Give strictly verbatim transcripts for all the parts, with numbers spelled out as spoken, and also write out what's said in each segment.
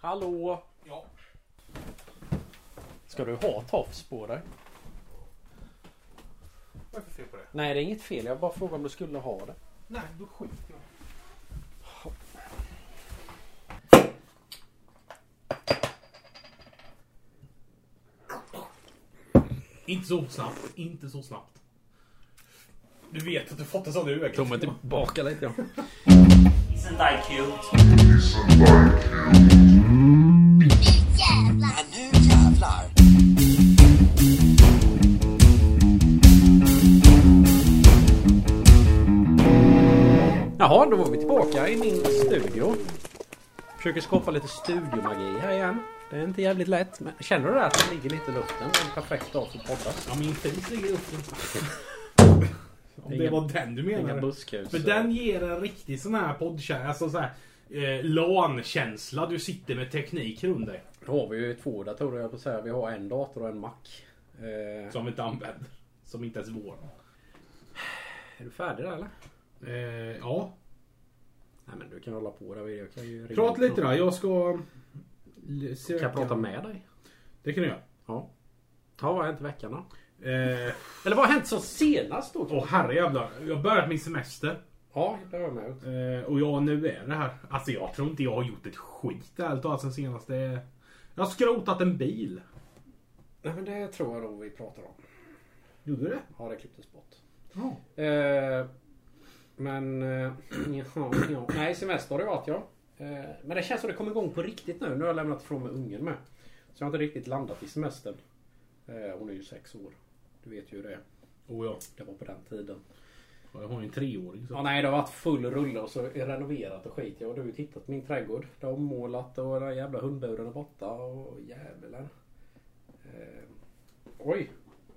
Hallå? Ja. Ska du ha tofs på dig? Vad är det för fel på det? Nej, det är inget fel. Jag bara frågar om du skulle ha det. Nej, då skiter jag. Inte så snabbt, inte så snabbt. Du vet att du fått en sån nu. Kommer tillbaka lite, ja. Isn't that cute? Jävlar! Nu jävlar! Jaha, då var vi tillbaka i min studio. Försöker skapa lite studiomagi här igen. Det är inte jävligt lätt, men känner du det att det ligger lite i luften? Det är en perfekt dag för poddas. Ja, min fis ligger uppe. Om det Inga- var den du Inga menar. buskhus. För den ger en riktig sån här poddkänsla. Alltså så här eh, LAN-känsla. Du sitter med teknik runt dig. Då har vi ju två datorer, jag på att säga. Vi har en dator och en Mac. Eh, Som vi inte använder. Som inte ens vår. är du färdig där eller? Eh, ja. Nej, men du kan hålla på där. Jag kan ju ringa Prata upp lite någon. då. Jag ska söka. Kan jag prata med dig? Det kan du göra. Ja. Ja, vad har hänt i veckan då? Eh, Eller vad har hänt så senast då? Åh herrejävlar. Jag har börjat min semester. Ja, det har jag med. Eh, och ja, nu är det här. Alltså jag tror inte jag har gjort ett skit ärligt talat sen senast. Det... Jag har skrotat en bil. Nej, men det tror jag nog vi pratar om. Gjorde du det? Ja, det klipptes bort. Ja. Eh, men... Eh, ja, ja. Nej, semester har det varit, ja. Eh, men det känns som det kommer igång på riktigt nu. Nu har jag lämnat ifrån mig ungen med. Så jag har inte riktigt landat i semestern. Eh, hon är ju sex år. Du vet ju hur det är. Oh ja. Det var på den tiden. Jag har ju en treåring. Så. Ja, nej, det har varit full rulle och så är renoverat och skit. Jag har ju tittat på min trädgård. Det har ommålat och den jävla hundburen är borta och jävlar. Eh, oj.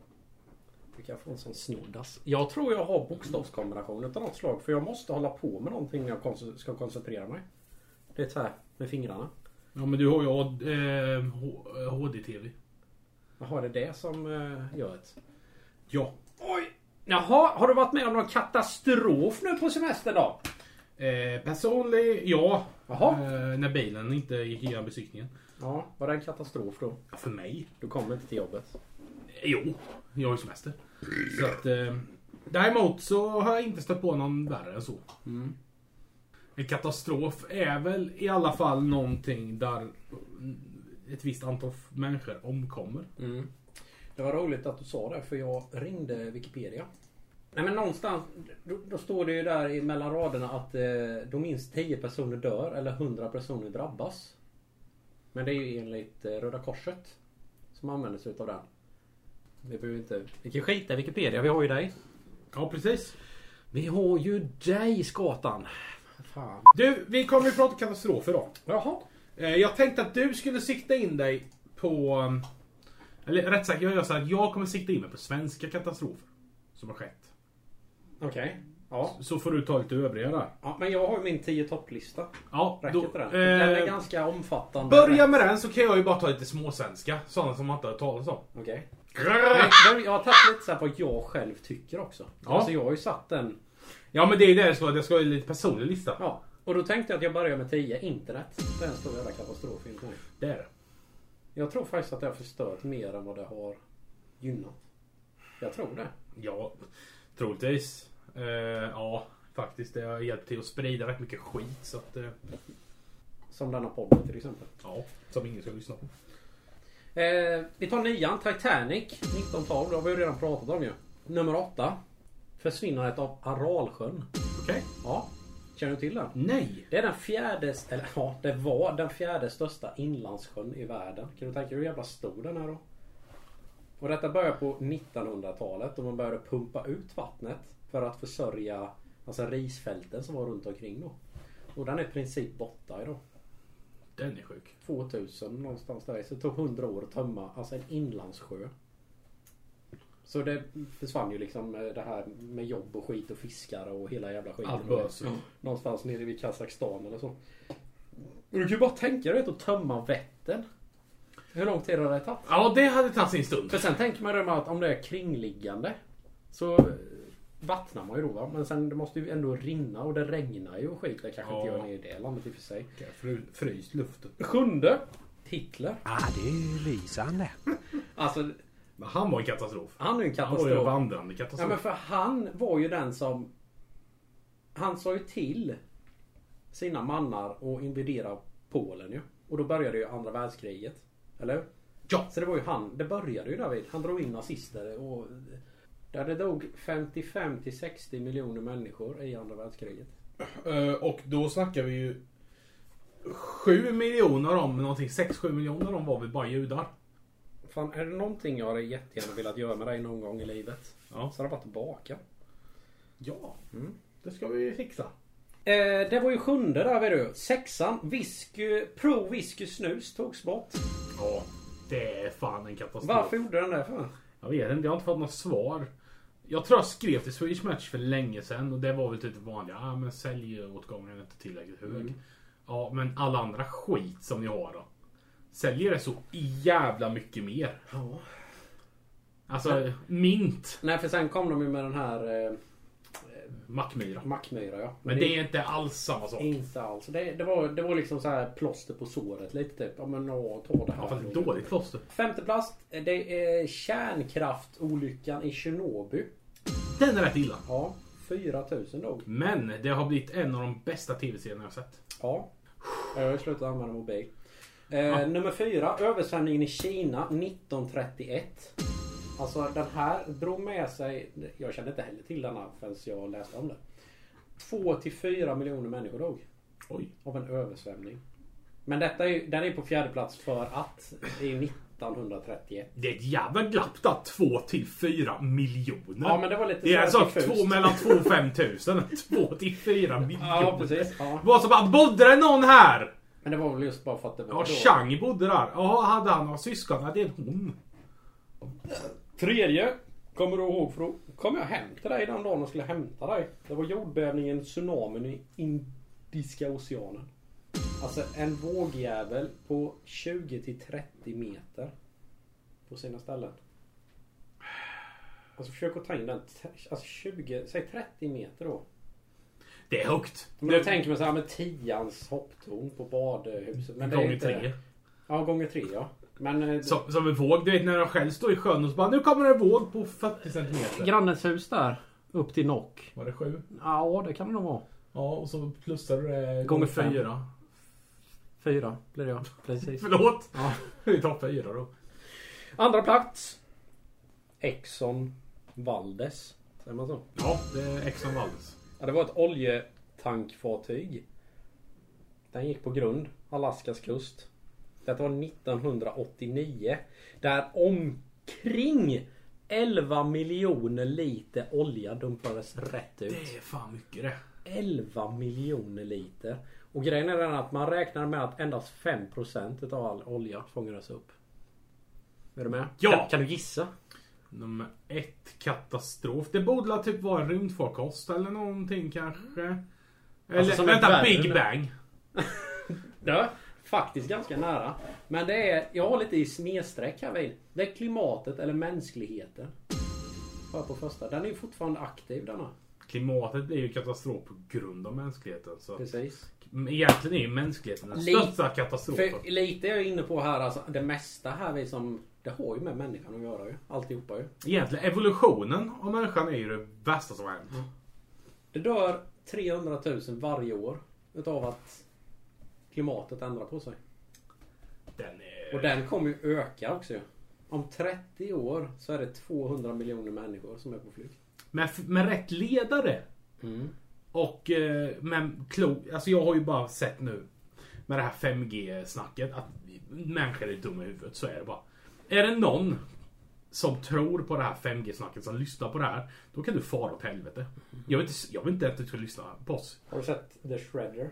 Vi kan få en sån snoddas. Jag tror jag har bokstavskombination av något slag. För jag måste hålla på med någonting när jag kons- ska koncentrera mig. Det är så här med fingrarna. Ja, men du har ju eh, H D-tv. Jaha, det är det som eh, gör det. Ja. Oj. Jaha, har du varit med om någon katastrof nu på semester då? Eh, personlig, ja. Jaha. Eh, när bilen inte gick igenom besiktningen. Ja, var det en katastrof då? Ja, för mig. Du kommer inte till jobbet. Jo, jag har ju semester. Så att, eh, däremot så har jag inte stött på någon värre än så. Mm. En katastrof är väl i alla fall någonting där ett visst antal människor omkommer. Mm. Det var roligt att du sa det, för jag ringde Wikipedia. Nej, men någonstans, då, då står det ju där i mellan raderna att eh, då minst tio personer dör eller hundra personer drabbas. Men det är ju enligt eh, Röda Korset som använder sig av den. Vi behöver inte... Vi kan skita i Wikipedia, vi har ju dig. Ja, precis. Vi har ju dig, skatan. Fan. Du, vi kommer ju prata katastrofer då. Jaha. Eh, jag tänkte att du skulle sikta in dig på... Eller rätt sagt, jag gör så här att jag kommer sikta in mig på svenska katastrofer som har skett. Okej. Okay. Ja. Så får du ta lite övriga där. Ja, men jag har ju min tio topplista. Ja, Räcker då, inte den? eh, Den är ganska omfattande. Börja med den så kan jag ju bara ta lite småsvenska. Sådana som man inte har talat om. Okej. Okay. Jag har tagit lite så här vad jag själv tycker också. Ja. Alltså jag har ju satt den. Ja, men det är det jag ska, det ska vara en lite personlig lista. Ja. Och då tänkte jag att jag börjar med tio. Internet. Det är en stor jävla katastrof inför mig. Det är det. Jag tror faktiskt att det har förstört mer än vad det har gynnat. Jag tror det. Ja, troligtvis. Eh, ja, faktiskt. Det har hjälpt till att sprida rätt mycket skit. Så att, eh, Som denna podden till exempel. ja, som ingen ska lyssna på. Eh, vi tar nian. Titanic. nitton tolv. Det har vi ju redan pratat om ju. Nummer åtta. Försvinnandet av Aralsjön. Okej. Okay. Ja. Känner du till den? Nej. Det är den fjärde, eller ja, det var den fjärde största inlandssjön i världen. Kan du tänka dig hur jävla stor den är då? Och detta började på nittonhundratalet och man började pumpa ut vattnet för att försörja alltså risfälten som var runt omkring då. Och den är i princip borta idag. Den är sjuk. tvåtusen någonstans där. Så det tog hundra år att tömma alltså en inlandssjö. Så det försvann ju liksom det här med jobb och skit och fiskare och hela jävla skiten. Allt bös. Ja. Någonstans nere vid Kazakstan eller så. Och du kan ju bara tänka dig att tömma Vättern. Hur lång tid har det tagit? Ja, det hade tagit sin stund. För sen tänker man ju att om det är kringliggande så vattnar man ju då va. Men sen det måste ju ändå rinna och det regnar ju och skit. Det kanske Ja. inte gör ner i det landet i och för sig. Fry, fryst luften. Sjunde. Hitler. Ja, det är ju lysande. Alltså Men han var en katastrof. han är ju en Han var ju en katastrof. vandrande Ja katastrof. men för han var ju den som... Han sa ju till sina mannar att invadera Polen ju. Och då började ju andra världskriget. Eller hur? Ja. Så det var ju han, det började ju David. Han drog in nazister och... Där det dog femtiofem till sextio miljoner människor i andra världskriget. Eh, och då snackar vi ju sju miljoner om någonting. sex sju miljoner om var vi bara judar. Fan, är det någonting jag hade jättegärna velat göra med dig någon gång i livet? Ja. Så har det varit att baka. Ja. Mm. Det ska vi fixa. Eh, det var ju sjunde där vid du. Sexan, whisky, pro whisky snus togs bort. Ja. Det är fan en katastrof. Varför gjorde den det för? Jag vet inte, jag har inte fått något svar. Jag tror jag skrev till Swedish Match för länge sedan. Och det var väl typ vanliga. Ja men säljåtgången är inte tillräckligt hög. Mm. Ja men alla andra skit som ni har då. Säljer det så jävla mycket mer. Ja. Alltså mint. Nej för sen kom de ju med den här eh, Mackmyra. Mackmyra ja. Men det är inte alls samma sak. Inte alls. Det, det, var, det var liksom så här plåster på såret lite typ. Ja men åh, ta det här. Ja, fast det är dåligt plåster. Femte plats. Det är kärnkraftolyckan i Tjernobyl. Den är rätt illa. Ja. fyra tusen dog. Men det har blivit en av de bästa tv-serierna jag har sett. Ja. Jag har ju slutat använda mobil. Eh, Ja. Nummer fyra. Översvämningen i Kina nittonhundratrettioett. Alltså den här drog med sig... Jag kände inte heller till denna förrän jag läste om det. två till fyra miljoner människor dog. Oj. Av en översvämning. Men detta är ju, den är på fjärde plats för att det är nittonhundratrettioett. Det är ett jävla glapp där. två till fyra miljoner. Ja men det var lite Det är så här alltså diffust. två, mellan två och fem tusen. två till fyra miljoner. Ja precis. Ja. Det var så bara, bodde det någon här? Men det var väl just bara för att det var Ja, då. Chang bodde där. Ja, hade han några syskon? Ja, det är hon. Tredje. Kommer du ihåg för då kom jag hem till dig den dagen och skulle hämta dig. Det var jordbävningen, tsunamin i Indiska oceanen. Alltså en vågjävel på tjugo till trettio meter. På sina ställen. Alltså försök att ta in den. Alltså tjugo, säg trettio meter då. Det är högt. Men jag tänker mig så här med tians hopptorn på badhuset. Men det är Gånger inte tre. Ja, gånger tre ja. Men eh, Som, som en våg. Du vet när de själv står i sjön och så bara, nu kommer det en våg på fyrtio centimeter. grannens hus där. Upp till Nock. Var det sju? Ja, det kan det nog vara. Ja, och så plussar du det Gånger fem. fyra. Fyra blir det ja. Precis. Förlåt. Ja. Vi tar fyra då. Andra plats. Exxon Valdez. Säger man så? Ja, det är Exxon Valdez. Ja, det var ett oljetankfartyg. Den gick på grund. Alaskas kust. Det var nittonhundraåttionio. Där omkring elva miljoner liter olja dumpades rätt ut. Det är fan mycket det. elva miljoner liter. Och grejen är den att man räknar med att endast fem procent av all olja fångades upp. Är du med? Ja. Kan, kan du gissa? Nummer ett, katastrof. Det borde väl typ vara en rymdfarkost eller någonting kanske. Eller Alltså, som ett vänta, värld, Big eller? Bang. Ja, faktiskt ganska nära. Men det är, jag har lite i snedsträck här vid. Det är klimatet eller mänskligheten. Bara på första. Den är ju fortfarande aktiv denna. Klimatet blir ju katastrof på grund av mänskligheten. Så. Precis. Egentligen är ju mänskligheten den Lite- största katastrofen. För lite är jag inne på här, alltså det mesta här vi som, det har ju med människan att göra ju. Alltihopa ju. Egentligen, evolutionen av människan är ju det värsta som har hänt. Det dör trehundratusen varje år utav att klimatet ändrar på sig. Den är... Och den kommer ju öka också ju. Om trettio år så är det tvåhundra miljoner människor som är på flykt. med, med rätt ledare. Mm. Och eh, men klok, alltså jag har ju bara sett nu med det här fem G-snacket att människor är dumma i huvudet, så är det bara. Är det någon som tror på det här fem G-snacket, som lyssnar på det här, då kan du fara åt helvete. Jag vill inte, jag vill inte att du ska lyssna på oss. Har du sett The Shredder?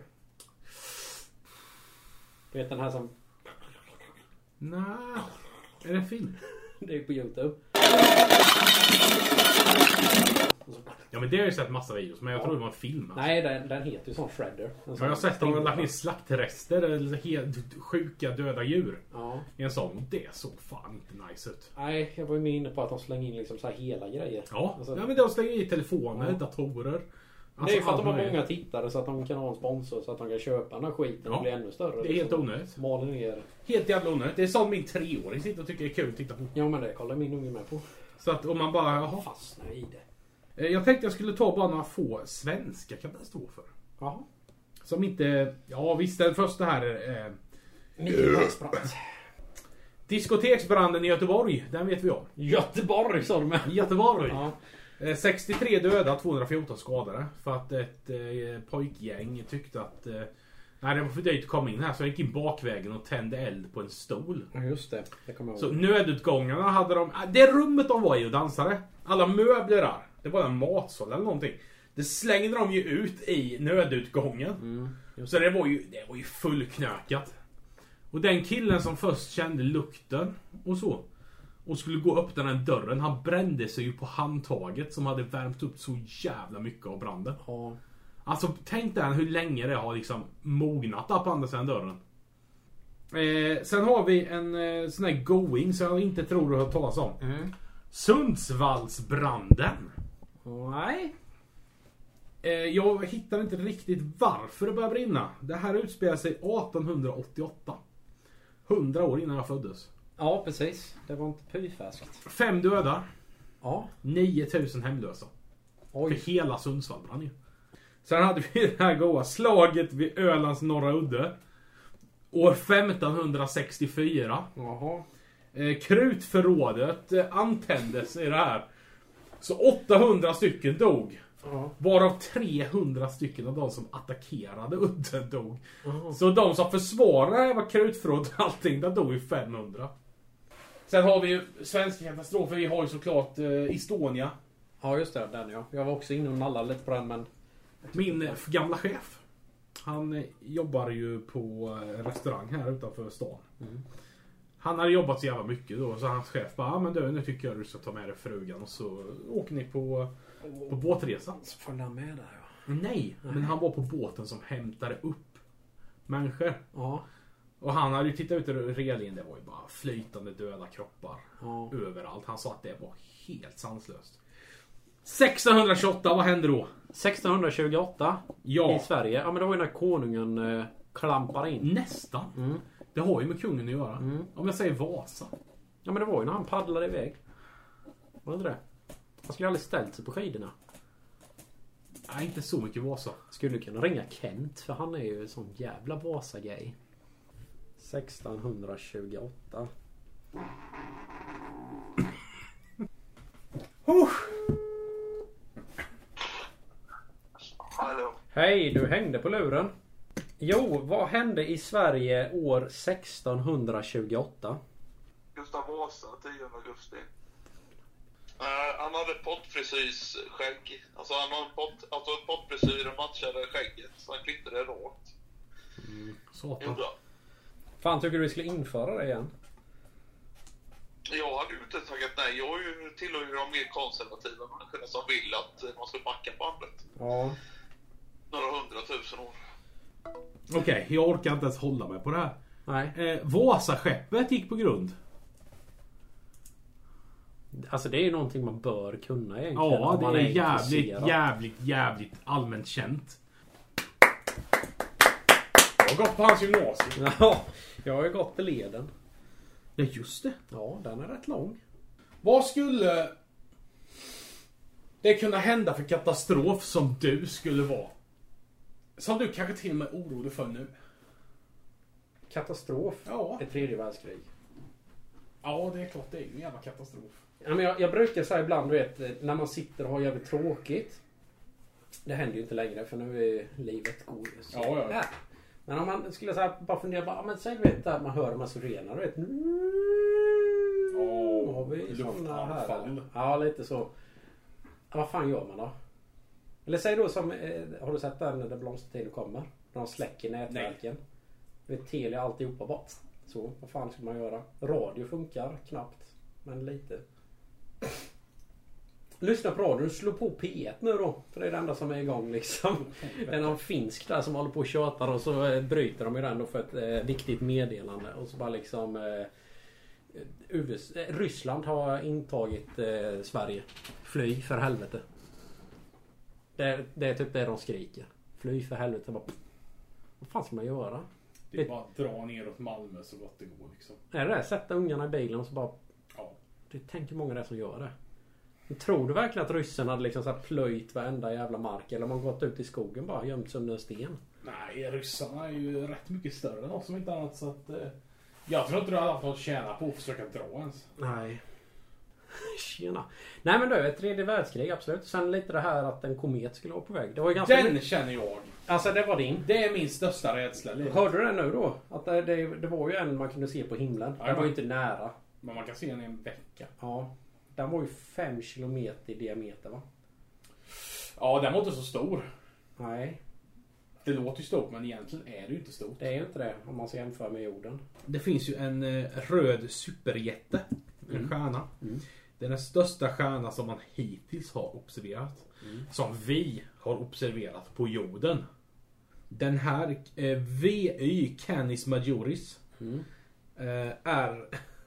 Du vet den här som... Nej, är det en film? Det är på YouTube. Och så... Ja, men det har jag ju sett massa videos, men jag Ja. tror det var en film. Alltså. Nej, den, den heter ju sån shredder. En Men sån jag har sett att de har lagt ner stingare. slaktrester eller helt sjuka döda djur Ja. i en sån. Det såg fan inte nice ut. Nej, jag var ju med inne på att de slänger in liksom så här hela grejer. Ja, Alltså, ja men de slänger i telefoner, Ja. datorer. det är ju för att de har allt möjligt. många tittare så att de kan ha en sponsor så att de kan köpa den här skiten och Ja. bli ännu större. Det är helt onödigt. Maler ner. Helt jävla onödigt. Det är sånt min treåring sitter och tycker är kul att titta på. Ja, men det kollar min unge med på. Så att om man bara, jaha. Fastnar i det. Eh, Jag tänkte jag skulle ta bara några få svenska katastrofer. Jaha. Som inte, ja visst den första här är eh, Mikael Persbrandt. diskoteksbranden i Göteborg. Den vet vi om. Göteborg sa du med. Göteborg. Ja. Eh, sextiotre döda, tvåhundrafjorton skadade. För att ett eh, pojkgäng tyckte att eh, nej, det var för dyrt att komma in här. Så jag gick in bakvägen och tände eld på en stol. Ja, just det. Det kommer jag Så ihåg. nödutgångarna hade de, ah, det rummet de var i och dansade. Alla möbler där. Det var en matsal eller någonting. Det slängde de ju ut i nödutgången. Mm, Så det var ju, det var ju fullknökat. Och den killen som först kände lukten och så och skulle gå upp den här dörren, han brände sig ju på handtaget som hade värmt upp så jävla mycket av branden. Ja. Alltså tänk dig hur länge det har liksom mognat där på andra sidan dörren. Eh, sen har vi en eh, sån här going som jag inte tror du har hört talas om. Mm. Sundsvallsbranden. Nej. Eh, jag hittar inte riktigt varför det börjar brinna. Det här utspelar sig arton åttioåtta. hundra år innan jag föddes. Ja, precis. Det var inte pyfärskt. Fem döda. Ja. nio tusen hemlösa. Oj. För hela Sundsvall brann ju. Sen hade vi det här goa slaget vid Ölands norra udde. År femton sextiofyra. Jaha. Eh, krutförrådet eh, antändes i det här. Så åttahundra stycken dog. Ja. Varav trehundra stycken av de som attackerade udden dog. Jaha. Så de som försvarade var krutförråd och allting, där dog ju femhundra. Sen har vi ju svenska katastrofer. Vi har ju såklart eh, Estonia. Ja, just det. Den ja. Jag var också inne och nallade lite på den, men... Min eh, gamla chef. Han eh, jobbar ju på eh, restaurang här utanför stan. Mm. Han hade jobbat så jävla mycket då. Så hans chef bara, ah, men du, nu tycker jag du ska ta med dig frugan. Och så åker ni på, på båtresa. Så följde han med där, ja. Nej, men han var på båten som hämtade upp människor. Ja. Och han hade ju tittat ut ur relingen. Det var ju bara flytande döda kroppar Ja. överallt. Han sa att det var helt sanslöst. sextonhundratjugoåtta, vad hände då? sextonhundratjugoåtta Ja. i Sverige. Ja, men det var ju när konungen eh, klampar in. Nästan. Mm. Det har ju med kungen att göra. Mm. Om jag säger Vasa. Ja, men det var ju när han paddlade iväg. Var det inte det? Han skulle aldrig ställt sig på skidorna. Nej, inte så mycket Vasa. Skulle kunna ringa Kent, för han är ju en sån jävla Vasa-grej. sextonhundratjugoåtta. Oh. Hallå. Hej, du hängde på luren. Jo, vad hände i Sverige år sextonhundratjugoåtta? Gustav Vasa, tionde augusti. Uh, han hade pottfrisyrsskägg. Alltså han har en pott, alltså pottfrisyren matchade skägget. Så han klippte det rakt. Satan. Gjorde han. Fan, tycker du vi skulle införa det igen? Jag hade ju inte tagit nej. Jag är ju tillhör ju de mer konservativa människorna som vill att man ska backa bandet. Ja. Några hundratusen år. Okej, okay, jag orkar inte ens hålla mig på det här. Nej. Eh, Vasaskeppet gick på grund. Alltså det är ju någonting man bör kunna egentligen. Ja, om man det är jävligt, intresserad. jävligt, jävligt allmänt känt. Jag har gått på hans gymnasium. Ja, jag har ju gått till leden. Ja, just det. Ja, den är rätt lång. Vad skulle det kunna hända för katastrof som du skulle vara? Som du kanske till och med är orolig för nu. Katastrof. Ja. Ett tredje världskrig. Ja, det är klart. Det är ju en jävla katastrof. Ja, men jag, jag brukar säga ibland, du vet, när man sitter och har jävligt tråkigt. Det händer ju inte längre, för nu är livet god. Så, Ja, ja. Men om man skulle säga, bara fundera, bara, men säg vet där man hör de här sirenerna, du vet. Åh, har vi såna här? luftanfall. eller? Ja, lite så. Ja, vad fan gör man då? Eller säg då som, eh, har du sett den när det blomstertid kommer? När de släcker nätverken. Du vet, Telia alltihopa bara. Så, vad fan ska man göra? Radio funkar knappt, men lite. Lyssna på radion, slå på P ett nu då. För det är det enda som är igång liksom. Det är någon finsk där som håller på och tjatar och så eh, bryter de ju den då för ett eh, viktigt meddelande. Och så bara liksom eh, U S, eh, Ryssland har intagit eh, Sverige. Fly för helvete. Det, det är typ det de skriker. Fly för helvete. Bara, vad fan ska man göra? Det är bara att dra ner åt Malmö så gott det går liksom. Är det det? Sätta ungarna i bilen och så bara... Ja. Det tänker många det som gör det. Men tror du verkligen att ryssen hade liksom så här plöjt varenda jävla mark? Eller om man gått ut i skogen bara gömt sig under en sten? Nej, ryssarna är ju rätt mycket större än oss som inte annat så att... Eh, jag tror inte du hade haft något tjäna på att försöka dra ens. Nej. Tjena. Nej men du, ett tredje världskrig absolut. Sen lite det här att en komet skulle vara på väg. Det var ju ganska... Den känner jag. Alltså det var din. Det är min största rädsla. Hörde du det nu då? Att det, det, det var ju en man kunde se på himlen. Ja, Den var ju ja. inte nära. Men man kan se den i en vecka. Ja. Den var ju fem kilometer i diameter va? Ja, den var inte så stor. Nej. Det låter ju stort men egentligen är det ju inte stort. Det är ju inte det om man ska jämföra med jorden. Det finns ju en eh, röd superjätte. En Mm. stjärna. Mm. Det är den största stjärna som man hittills har observerat. Mm. Som vi har observerat på jorden. Den här eh, V Y Canis Majoris Mm. eh, är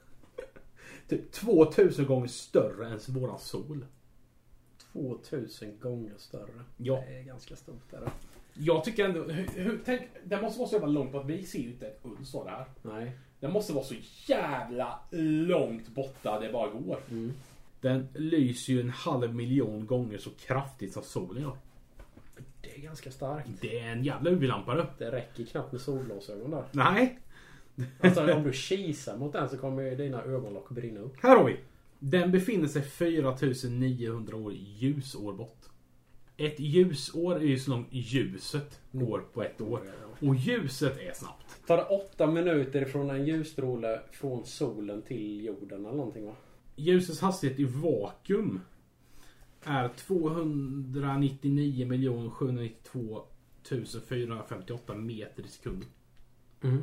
typ tvåtusen gånger större än våran sol. tvåtusen gånger större. Ja. Det är ganska stort där. Jag tycker ändå, hur, hur, tänk, det måste vara så jävla långt att vi ser ju inte ett uns av det här. Nej. Det måste vara så jävla långt borta det bara går. Mm. Den lyser ju en halv miljon gånger så kraftigt som solen gör. Det är ganska starkt. Det är en jävla U V-lampa du. Det räcker knappt med solglasögon där. Nej. Alltså om du kisar mot den så kommer ju dina ögonlock brinna upp. Här har vi. Den befinner sig fyra tusen niohundra år ljusår bort. Ett ljusår är ju så långt ljuset går på ett år. Och ljuset är snabbt. Tar det åtta minuter från en ljusstråle från solen till jorden eller någonting va? Ljusets hastighet i vakuum är tvåhundranittionio miljoner sjuhundranittiotvå tusen fyrahundrafemtioåtta meter i sekunden. Mm.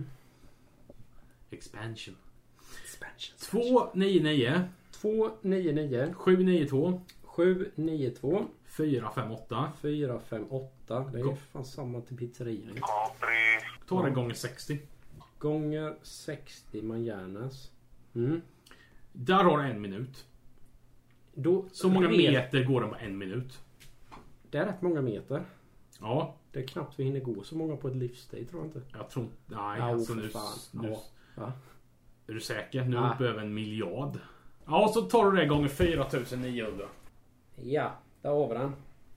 Expansion. Expansion. två nio nio två nio nio sju nio två sju nio två fyra fem åtta. fyra fem åtta. Det är Gå- ju fan samma till pizzerian. Ta den gånger sextio. Gånger sextio Manjärnas. Mm. Där har du en minut. Då, Så många Met- meter går den på en minut. Det är rätt många meter. Ja, Det är knappt vi hinner gå så många på ett livstid tror jag inte. jag tror inte... Nej, Ja, alltså för nu... fan. nu Ja. Va? Är du säker? Nu är Ja. vi uppe över en miljard. Ja, så tar du det gånger fyra tusen niohundra. Ja, där har vi den.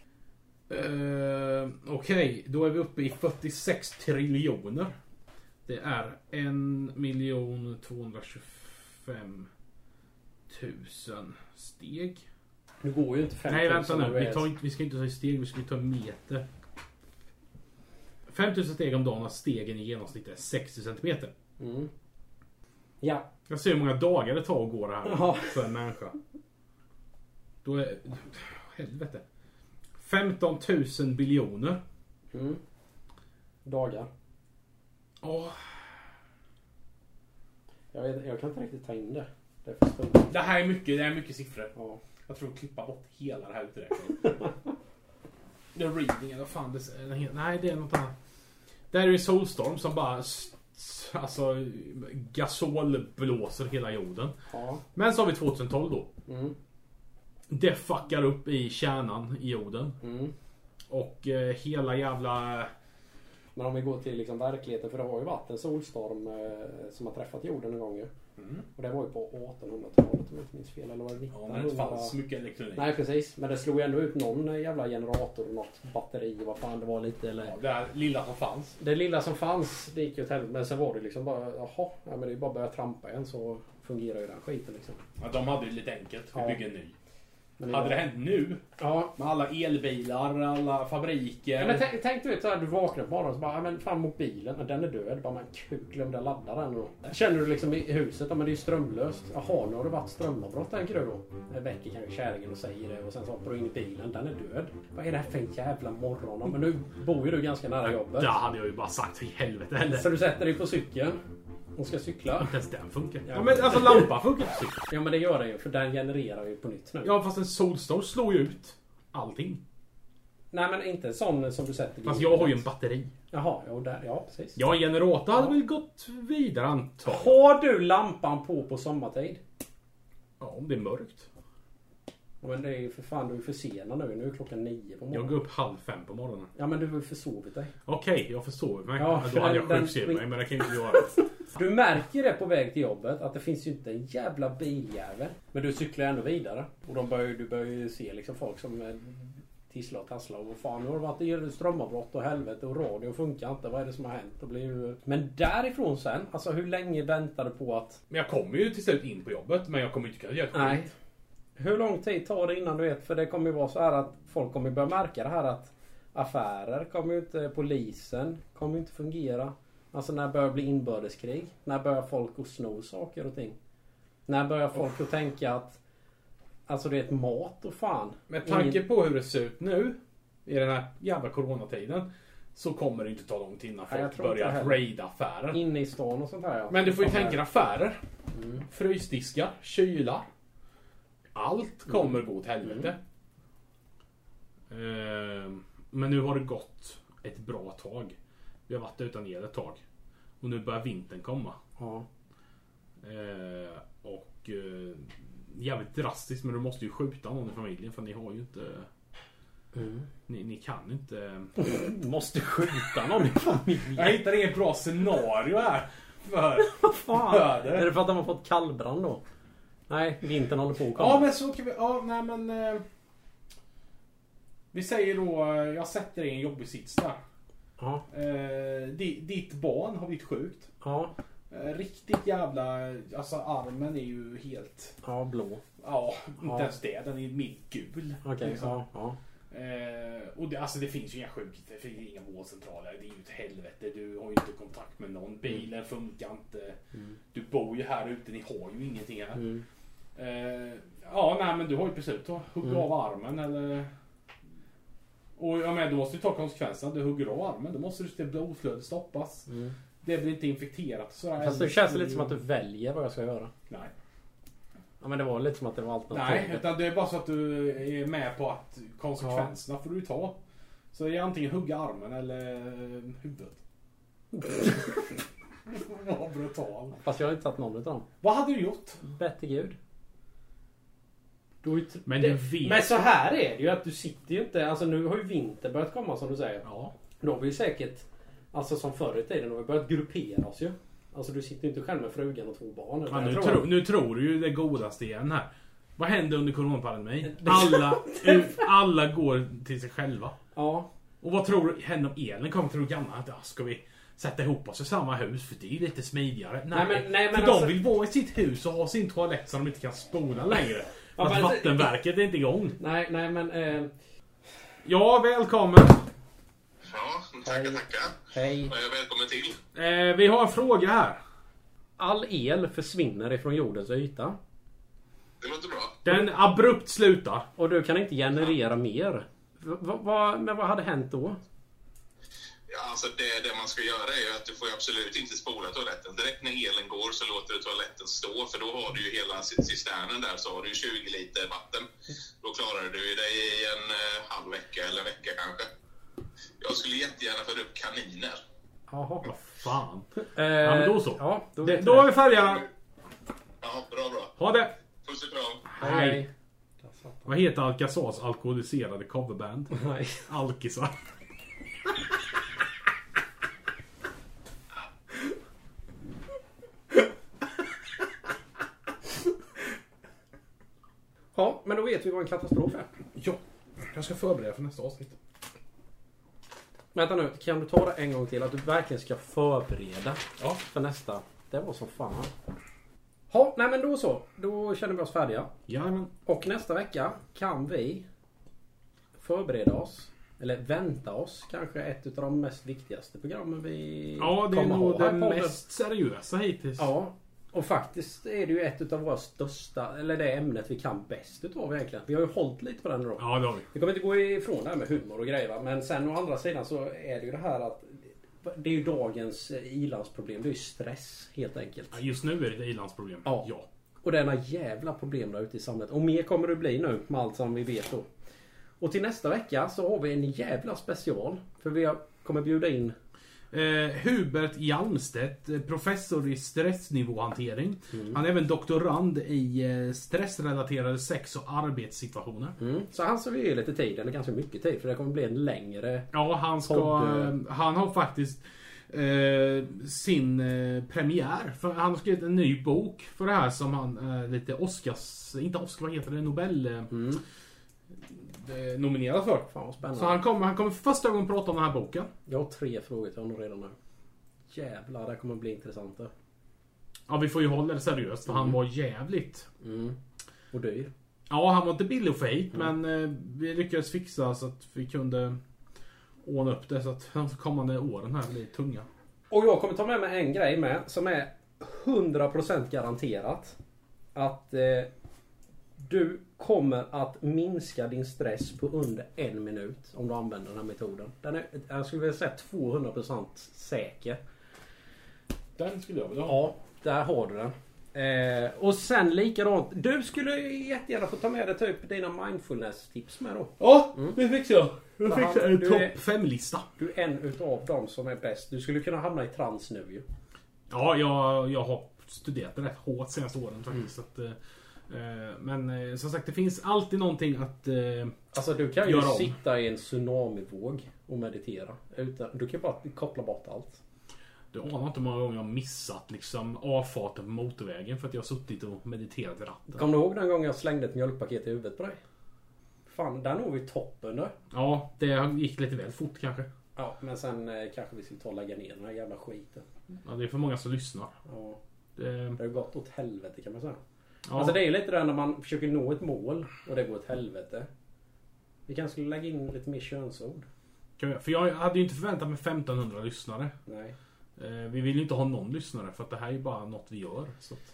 Uh, Okej, då är vi uppe i fyrtiosex triljoner. Det är en miljon tvåhundratjugofem tusen steg. Nu går ju inte fem Nej, vänta tusen nu. Vi, tar inte, vi ska inte ta i steg, vi ska ta meter. femtusen steg om dagen, och stegen i genomsnitt är sextio centimeter. Mm. Ja. Jag ser hur många dagar det tar att gå det här Ja. för en människa. Då är... Helvete. femton tusen biljoner. Mm. Dagar. Åh, Jag, vet, jag kan inte riktigt ta in det. Det är för stort. det här är mycket, det är mycket siffror. Ja. Jag tror att klippa bort hela det här uträkningen. The reading, eller vad fan det är. Nej, det är något annat. Det här är en solstorm som bara s- s- alltså gasol blåser hela jorden. Ja. Men så har vi tjugohundratolv då. Mm. Det fuckar upp i kärnan i jorden. Mm. Och eh, hela jävla... Men om vi går till liksom verkligheten, för det har ju varit en solstorm eh, som har träffat jorden en gång ju. Mm. Och det var ju på artonhundratalet om jag inte minns fel. Eller var det Ja, nittonhundra? men det fanns mycket elektronik. Nej precis, men det slog ju ändå ut någon jävla generator och något batteri och vad fan det var lite eller... Ja, det här lilla som fanns. Det lilla som fanns, det gick ju åt helvete. Men sen var det liksom bara, jaha, ja, men det är ju bara att börja trampa igen så fungerar ju den skiten liksom. Ja, de hade ju lite enkelt. Vi Ja. bygger en ny. Men Hade det hänt nu, Ja. med alla elbilar, alla fabriker. Ja, men tänk, tänk du vet såhär, du vaknar på morgonen och så bara, ja, men fan mobilen, ja, den är död. Bara, men kul, glömde ladda den då. Känner du liksom i huset, ja men det är ju strömlöst. Jaha, nu har det varit strömavbrott tänker du då. Det väcker kanske kärringen och säger det och sen så hoppar du in i bilen, den är död. Vad är det här för en jävla morgon? Ja, men nu bor ju du ganska nära jobbet. Det hade jag ju bara sagt i helvete eller. Så du sätter dig på cykeln. Hon ska cykla. Inte ens den funkar. Ja. Ja, men alltså lampan funkar inte cykla. Ja men det gör den ju för den genererar ju på nytt nu. Ja fast en solstorm slår ju ut allting. Nej men inte en sån som du sätter. Fast jag har ju en batteri. Jaha, ja, där, ja precis. Ja, en generator hade väl gått vidare antar. Har du lampan på på sommartid? Ja, om det är mörkt. Ja, men det är ju för fan, du är försenad nu. Nu är klockan nio på morgonen. Jag går upp halv fem på morgonen. Ja men du har ju försovit dig. Okej, jag försov mig. Ja, Ja, för då hade jag den- sjukskrivit den- mig, men det kan ju inte göra. Du märker det på väg till jobbet att det finns ju inte en jävla biljävel. Men du cyklar ändå vidare. Och de börjar, du börjar ju se liksom folk som eh, tisslar och tasslar. Och vad fan, nu har det varit det strömavbrott och helvete och radio funkar inte. Vad är det som har hänt? Det blir ju... Men därifrån sen, alltså hur länge väntar du på att... Men jag kommer ju till slut in på jobbet, men jag kommer inte kunna göra ett Nej. skit. Hur lång tid tar det innan du vet? För det kommer ju vara så här att folk kommer börja märka det här att affärer kommer ju inte, polisen kommer ju inte fungera. Alltså när börjar det bli inbördeskrig? När börjar folk att sno saker och ting? När börjar folk att tänka att alltså det är ett mat och fan. Med tanke Ingen- på hur det ser ut nu i den här jävla coronatiden så kommer det inte ta lång tid innan Nej, jag folk tror inte börjar det heller. raida affärer. Inne i stan och sånt här ja. Men du får ju Sånt tänka dig affärer. Frysdiskar, kylar. Allt kommer gå åt helvete. Ehm, Men nu har det gått ett bra tag. Vi har varit utan el ett tag. Och nu börjar vintern komma. Ja. Ehm, Och eh, jävligt drastiskt, men du måste ju skjuta någon i familjen för ni har ju inte... Mm. Ni, ni kan inte... Måste skjuta någon i familjen. Jag hittar inget bra scenario här. För... Fan. Föder. Är det för att de har fått kallbrand då? Nej, vintern håller på att komma. Ja men så kan vi... Ja, nej men... Eh, vi säger då... eh, Jag sätter dig i en jobbig sits där. Ja. Eh, di, ditt barn har blivit sjukt. Ja. Eh, riktigt jävla... Alltså armen är ju helt... Ja, blå. Ja, inte Ja. ens det. Den är mittgul. Okej, liksom. ja, ja. Eh, och det, alltså det finns ju inga sjukheter, det finns inga vårdcentraler, det är ju ett helvete, du har ju inte kontakt med någon, bilen funkar inte, Mm. du bor ju här ute, ni har ju ingenting här. Mm. Eh, ja, nej men du har ju beslut att hugga Mm. av armen eller... Och ja, men du måste ju ta konsekvenserna, du hugger av armen, då måste du se blodflödet stoppas. Mm. Det blir inte infekterat sådär. Fast det känns lite som att du väljer vad jag ska göra. Nej. Ja men det var lite som att det var Nej, alternativet. utan det är bara så att du är med på att konsekvenserna får du ta. Så det är antingen hugga armen eller huvudet. Vad brutal. Fast jag har inte satt någon utav dem. Vad hade du gjort? Bättre gud. Du, har ju t- Men det, du vet- Men så här är det ju att du sitter ju inte. Alltså nu har ju vinter börjat komma som du säger. Ja. Då har vi ju säkert. Alltså som förr i tiden har vi börjat gruppera oss ju. Alltså du sitter ju inte själv med frugan och två barn. utan Ja, nu, jag tro, tror- nu tror du ju det godaste igen här. Vad händer under coronapandemin? Alla, alla går till sig själva. Ja. Och vad tror du händer om elen kommer? Tror du gamla att ja, ska vi sätta ihop oss i samma hus för det är lite smidigare? Nej, Nej, men- nej, men för alltså- de vill vara i sitt hus och ha sin toalett så de inte kan spola längre. Ja, För att men- vattenverket är inte igång. Nej, nej men. Eh, Ja, välkommen. Ja, tackar, tackar. hej. Ja, välkommen till. Eh, vi har en fråga här. All el försvinner ifrån jordens yta. Det låter bra. Den abrupt slutar. Och du kan inte generera mer. V- va- va- men vad hade hänt då? Ja, alltså det, det man ska göra är ju att du får ju absolut inte spola toaletten. Direkt när elen går så låter du toaletten stå. För då har du ju hela cisternen där, så har du ju tjugo liter vatten. Då klarar du ju dig i en eh, halv vecka eller en vecka kanske. Jag skulle jättegärna föra upp kaniner. Jaha. Vad fan. Eh, Ja, men då så. Ja, då, Det, vet då vi är vi färdiga. Ja, bra, bra. Ha det. Puss och kram. Hej. Vad heter Alcazars alkoholiserade coverband? Nej. Alkisar. Ja, men då vet vi vad en katastrof är. Ja, jag ska förbereda för nästa avsnitt. Vänta nu, kan du ta det en gång till? Att du verkligen ska förbereda Ja. för nästa. Det var så fan. Ja, nej men då så. Då känner vi oss färdiga. Jajamän. Och nästa vecka kan vi förbereda oss. Eller vänta oss. Kanske ett av de mest viktigaste programmen vi Ja, det är kommer nog ha det här på podden. mest seriösa hittills. Ja, och faktiskt är det ju ett av våra största, eller det ämnet vi kan bäst utav egentligen. Vi har ju hållit lite på den då. Ja, det har vi. Vi kommer inte gå ifrån det här med humor och grejer va? Men sen å andra sidan så är det ju det här att Det är ju dagens ilandsproblem. Det är ju stress helt enkelt. Ja, just nu är det ett ilandsproblem. Ja. ja. Och det är några jävla problem där ute i samhället. Och mer kommer det bli nu med allt som vi vet då. Och till nästa vecka så har vi en jävla special. För vi kommer bjuda in Eh, Hubert Hjalmstedt, professor i stressnivåhantering. Mm. Han är även doktorand i eh, stressrelaterade sex- och arbetssituationer. Mm. Så han ska vi ge lite tid, eller ganska mycket tid, för det kommer bli en längre. Ja, han ska... Podd. Han har faktiskt eh, sin eh, premiär. För han har skrivit en ny bok för det här som han eh, lite Oscars... Inte Oscar, vad heter det? Nobel... Eh, Mm. eh, nominerad för. Fan vad spännande. Så han kommer, han kommer för första gången prata om den här boken. Jag har tre frågor till honom redan nu. Jävlar, det kommer bli intressant. det. Ja, vi får ju hålla det seriöst för Mm. han var jävligt... Mm. Och dyr. Ja, han var inte billig att få hit, Mm. men eh, vi lyckades fixa så att vi kunde ordna upp det så att de kommande åren här blir tunga. Och jag kommer ta med mig en grej med som är hundra procent garanterat. Att eh, du kommer att minska din stress på under en minut om du använder den här metoden. Den är, jag skulle vilja säga tvåhundra procent säker. Den skulle jag vilja ha. Ja, där har du den. Eh, och sen likadant. Du skulle jättegärna få ta med dig typ dina mindfulness-tips med då. Ja, Mm. det fixar jag. Jag Så fixar han- en du är- topp fem-lista. Du är en utav dem som är bäst. Du skulle kunna hamna i trans nu ju. Ja, jag, jag har studerat det rätt hårt senaste åren faktiskt. Så att, eh, eh, men eh, som sagt, det finns alltid någonting att... Eh, Alltså du kan ju Gör om. sitta i en tsunamivåg och meditera. Utan, du kan bara koppla bort allt. du anar inte hur många gånger jag har missat liksom, avfarten på motorvägen för att jag har suttit och mediterat i ratten. Kommer du ihåg den gången jag slängde ett mjölkpaket i huvudet på dig? Fan, där når vi toppen nu. Ja, det gick lite väl fort kanske. Ja, men sen eh, kanske vi skulle ta och lägga ner den här jävla skiten. Ja, det är för många som lyssnar. Ja, Det, det har ju gått åt helvete kan man säga. ja. Alltså det är ju lite där när man försöker nå ett mål och det går åt helvete. Vi kanske skulle lägga in lite mer könsord. Kan jag- För jag hade ju inte förväntat mig femtonhundra lyssnare. Nej. Eh, Vi vill ju inte ha någon lyssnare för att det här är ju bara något vi gör. Så att...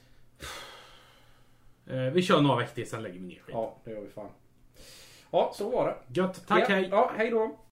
eh, Vi kör några veckor till, sen lägger vi ner skit. Ja, det gör vi fan. Ja, så var det. Gött, tack, ja, hej! Ja, hej då.